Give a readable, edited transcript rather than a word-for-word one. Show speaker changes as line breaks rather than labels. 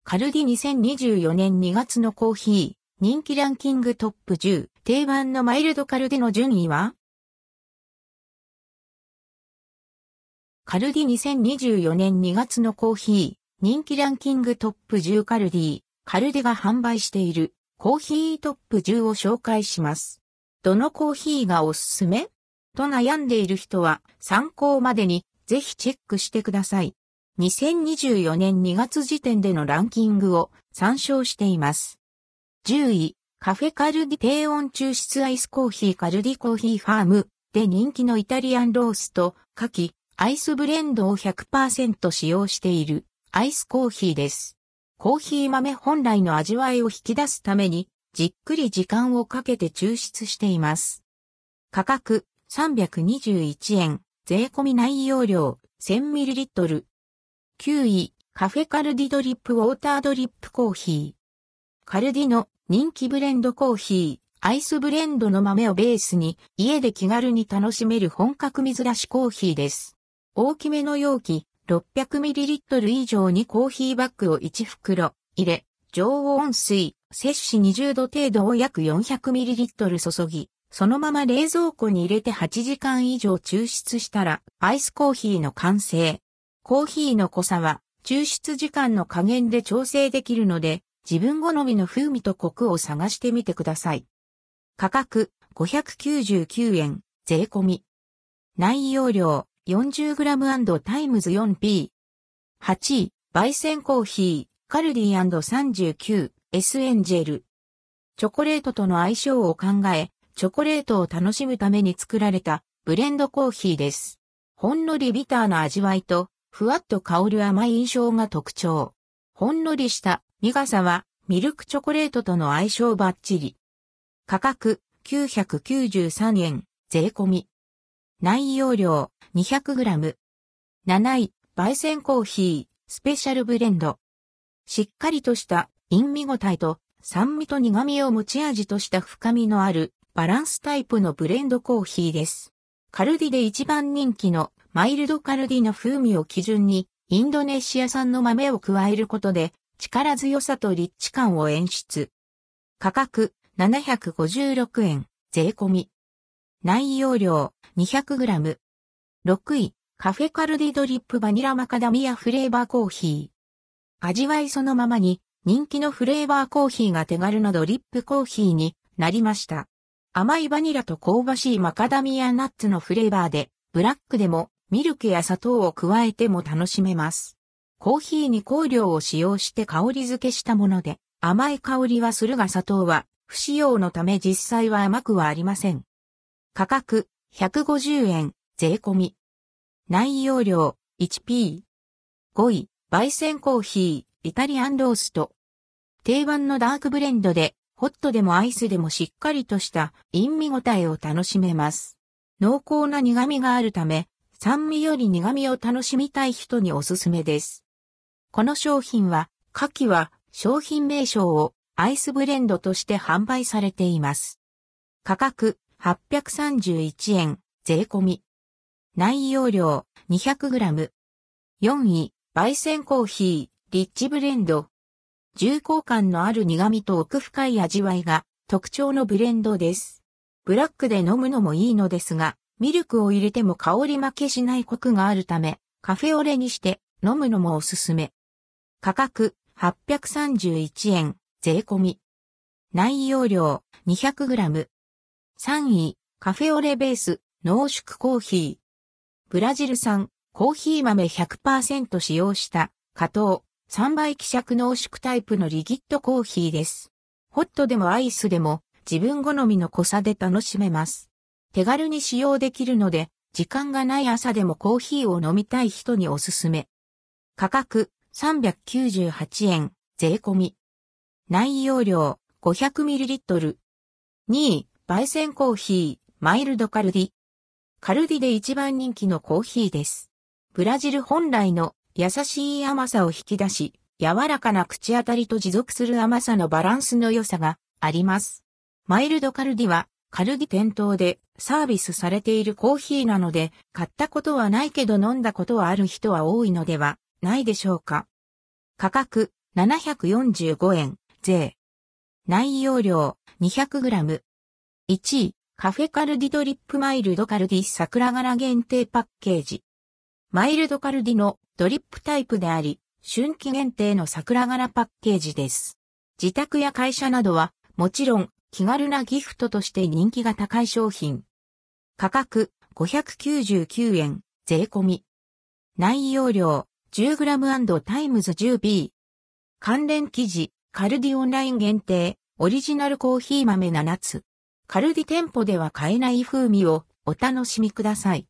カルディ2024年2月のコーヒー、人気ランキングトップ10、定番のマイルドカルディの順位は？カルディ2024年2月のコーヒー、人気ランキングトップ10カルディ、カルディが販売しているコーヒートップ10を紹介します。どのコーヒーがおすすめ？と悩んでいる人は参考までにぜひチェックしてください。2024年2月時点でのランキングを参照しています。10位、カフェカルディ低温抽出アイスコーヒーカルディコーヒーファームで人気のイタリアンロースト、夏季、アイスブレンドを 100% 使用しているアイスコーヒーです。コーヒー豆本来の味わいを引き出すためにじっくり時間をかけて抽出しています。価格321円、税込み内容量 1000ml。9位、カフェカルディドリップウォータードリップコーヒー。カルディの人気ブレンドコーヒー、アイスブレンドの豆をベースに家で気軽に楽しめる本格水出しコーヒーです。大きめの容器 600ml 以上にコーヒーバッグを1袋入れ、常温水、摂氏20度程度を約 400ml 注ぎ、そのまま冷蔵庫に入れて8時間以上抽出したらアイスコーヒーの完成。コーヒーの濃さは抽出時間の加減で調整できるので自分好みの風味とコクを探してみてください。価格599円税込み。内容量 40g& タイムズ 4P。8位、焙煎コーヒー、カルディ &39、S エンジェル。チョコレートとの相性を考え、チョコレートを楽しむために作られたブレンドコーヒーです。ほんのりビターな味わいと、ふわっと香る甘い印象が特徴。ほんのりした苦さはミルクチョコレートとの相性バッチリ。価格993円税込み。内容量 200g。7位、焙煎コーヒースペシャルブレンド。しっかりとした陰味ごたえと酸味と苦味を持ち味とした深みのあるバランスタイプのブレンドコーヒーです。カルディで一番人気のマイルドカルディの風味を基準にインドネシア産の豆を加えることで力強さとリッチ感を演出。価格756円税込み。内容量 200g。6位、カフェカルディドリップバニラマカダミアフレーバーコーヒー。味わいそのままに人気のフレーバーコーヒーが手軽なドリップコーヒーになりました。甘いバニラと香ばしいマカダミアナッツのフレーバーでブラックでもミルクや砂糖を加えても楽しめます。コーヒーに香料を使用して香り付けしたもので、甘い香りはするが砂糖は不使用のため実際は甘くはありません。価格150円税込み。内容量 1P。5位、焙煎コーヒー、イタリアンロースト。定番のダークブレンドで、ホットでもアイスでもしっかりとした陰味ごたえを楽しめます。濃厚な苦味があるため、酸味より苦味を楽しみたい人におすすめです。この商品は、夏季は商品名称をアイスブレンドとして販売されています。価格831円税込み。内容量 200g。4位、焙煎コーヒー、リッチブレンド。重厚感のある苦味と奥深い味わいが特徴のブレンドです。ブラックで飲むのもいいのですが、ミルクを入れても香り負けしないコクがあるため、カフェオレにして飲むのもおすすめ。価格831円税込み。内容量 200g。3位、カフェオレベース濃縮コーヒー。ブラジル産コーヒー豆 100% 使用した加糖3倍希釈濃縮タイプのリギッドコーヒーです。ホットでもアイスでも自分好みの濃さで楽しめます。手軽に使用できるので、時間がない朝でもコーヒーを飲みたい人におすすめ。価格398円税込み。内容量 500ml。2位、焙煎コーヒー、マイルドカルディ。カルディで一番人気のコーヒーです。ブラジル本来の優しい甘さを引き出し、柔らかな口当たりと持続する甘さのバランスの良さがあります。マイルドカルディは、カルディ店頭でサービスされているコーヒーなので、買ったことはないけど飲んだことはある人は多いのではないでしょうか。価格 745円、税。内容量 200g。1位、カフェカルディドリップマイルドカルディ桜柄限定パッケージ。マイルドカルディのドリップタイプであり、春季限定の桜柄パッケージです。自宅や会社などは、もちろん気軽なギフトとして人気が高い商品。価格599円、税込み。内容量 10g& タイムズ 10B。関連記事、カルディオンライン限定、オリジナルコーヒー豆7つ。カルディ店舗では買えない風味をお楽しみください。